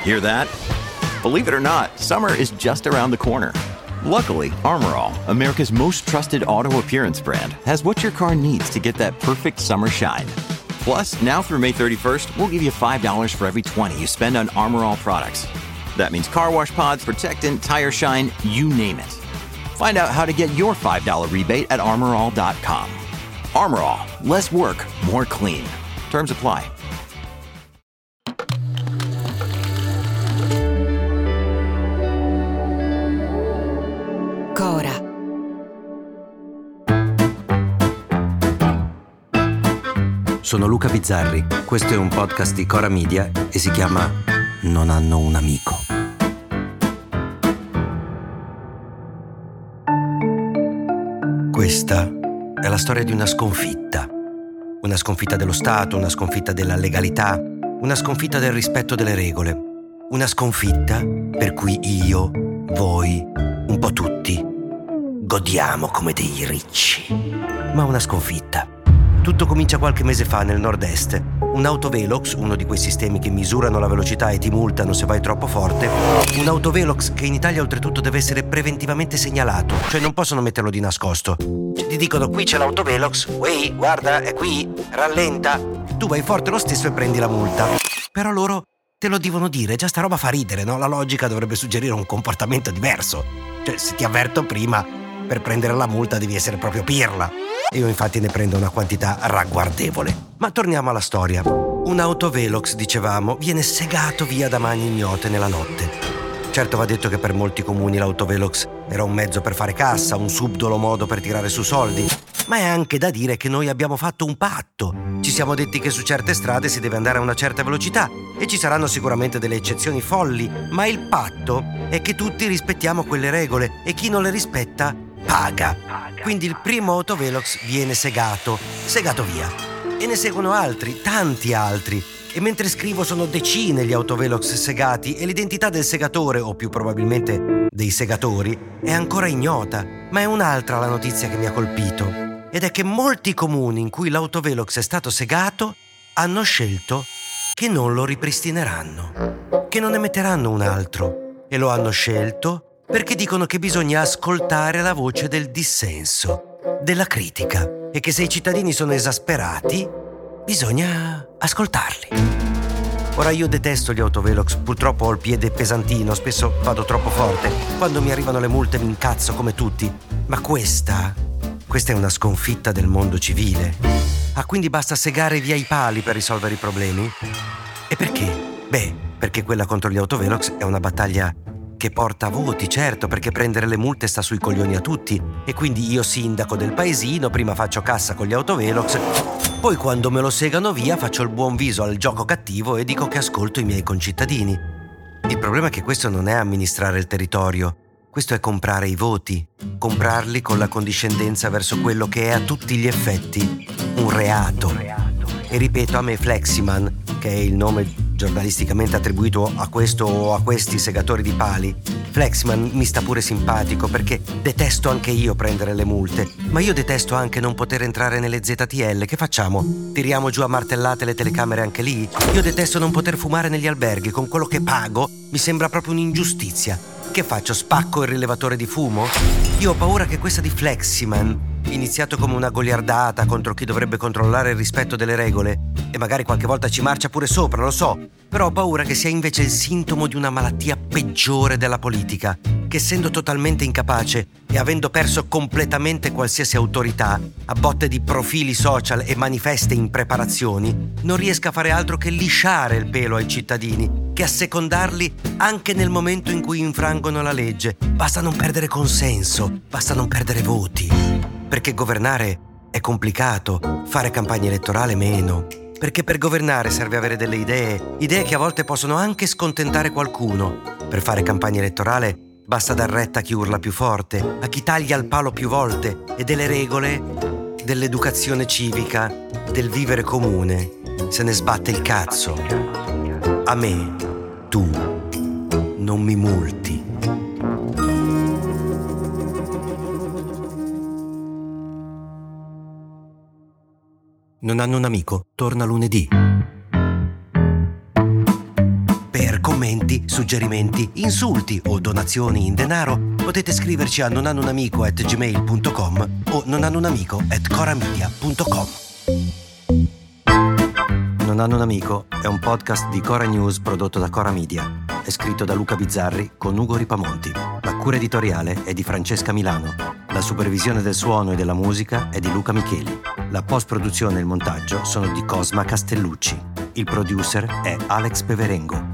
Hear that? Believe it or not, summer is just around the corner. Luckily, Armor All, America's most trusted auto appearance brand, has what your car needs to get that perfect summer shine. Plus, now through May 31st, we'll give you $5 for every $20 you spend on Armor All products. That means car wash pods, protectant, tire shine, you name it. Find out how to get your $5 rebate at armorall.com. Armor All, less work, more clean. Terms apply. Cora. Sono Luca Bizzarri, questo è un podcast di Cora Media e si chiama Non hanno un amico. Questa è la storia di una sconfitta dello Stato, una sconfitta della legalità, una sconfitta del rispetto delle regole, una sconfitta per cui io, voi, un po' tutti, godiamo come dei ricci. Ma una sconfitta. Tutto comincia qualche mese fa nel nord-est. Un autovelox, uno di quei sistemi che misurano la velocità e ti multano se vai troppo forte, un autovelox che in Italia oltretutto deve essere preventivamente segnalato, cioè non possono metterlo di nascosto. Cioè, ti dicono qui c'è l'autovelox, uè, guarda, è qui, rallenta. Tu vai forte lo stesso e prendi la multa. Però loro te lo devono dire, già sta roba fa ridere, no? La logica dovrebbe suggerire un comportamento diverso. Cioè, se ti avverto prima, per prendere la multa devi essere proprio pirla. Io infatti ne prendo una quantità ragguardevole. Ma torniamo alla storia. Un autovelox, dicevamo, viene segato via da mani ignote nella notte. Certo, va detto che per molti comuni l'autovelox era un mezzo per fare cassa, un subdolo modo per tirare su soldi. Ma è anche da dire che noi abbiamo fatto un patto. Ci siamo detti che su certe strade si deve andare a una certa velocità e ci saranno sicuramente delle eccezioni folli, ma il patto è che tutti rispettiamo quelle regole e chi non le rispetta paga. Quindi il primo autovelox viene segato via. E ne seguono altri, tanti altri. E mentre scrivo sono decine gli autovelox segati e l'identità del segatore, o più probabilmente dei segatori, è ancora ignota. Ma è un'altra la notizia che mi ha colpito. Ed è che molti comuni in cui l'autovelox è stato segato hanno scelto che non lo ripristineranno, che non ne metteranno un altro. E lo hanno scelto perché dicono che bisogna ascoltare la voce del dissenso, della critica, e che se i cittadini sono esasperati, bisogna ascoltarli. Ora io detesto gli autovelox, purtroppo ho il piede pesantino, spesso vado troppo forte. Quando mi arrivano le multe mi incazzo come tutti. Ma questa è una sconfitta del mondo civile. Ah, quindi basta segare via i pali per risolvere i problemi? E perché? Beh, perché quella contro gli autovelox è una battaglia che porta voti, certo, perché prendere le multe sta sui coglioni a tutti. E quindi io, sindaco del paesino, prima faccio cassa con gli autovelox, poi quando me lo segano via faccio il buon viso al gioco cattivo e dico che ascolto i miei concittadini. Il problema è che questo non è amministrare il territorio, questo è comprare i voti, comprarli con la condiscendenza verso quello che è a tutti gli effetti un reato. E ripeto, a me Fleximan, che è il nome giornalisticamente attribuito a questo o a questi segatori di pali, Fleximan mi sta pure simpatico perché detesto anche io prendere le multe, ma io detesto anche non poter entrare nelle ZTL. Che facciamo? Tiriamo giù a martellate le telecamere anche lì? Io detesto non poter fumare negli alberghi, con quello che pago mi sembra proprio un'ingiustizia. Che faccio? Spacco il rilevatore di fumo? Io ho paura che questa di Fleximan, iniziato come una goliardata contro chi dovrebbe controllare il rispetto delle regole, e magari qualche volta ci marcia pure sopra, lo so, però ho paura che sia invece il sintomo di una malattia peggiore della politica, che essendo totalmente incapace e avendo perso completamente qualsiasi autorità, a botte di profili social e manifeste impreparazioni, non riesca a fare altro che lisciare il pelo ai cittadini, che assecondarli anche nel momento in cui infrangono la legge. Basta non perdere consenso, basta non perdere voti, perché governare è complicato, fare campagna elettorale meno. Perché per governare serve avere delle idee che a volte possono anche scontentare qualcuno. Per fare campagna elettorale basta dar retta a chi urla più forte, a chi taglia il palo più volte, e delle regole, dell'educazione civica, del vivere comune se ne sbatte il cazzo. A me, tu, non mi multi. Non hanno un amico, torna lunedì. Per commenti, suggerimenti, insulti o donazioni in denaro potete scriverci a nonhannounamico@gmail.com o nonhannounamico@coramedia.com. Non hanno un amico è un podcast di Cora News prodotto da Cora Media. È scritto da Luca Bizzarri con Ugo Ripamonti. La cura editoriale è di Francesca Milano. La supervisione del suono e della musica è di Luca Micheli. La post-produzione e il montaggio sono di Cosma Castellucci. Il producer è Alex Peverengo.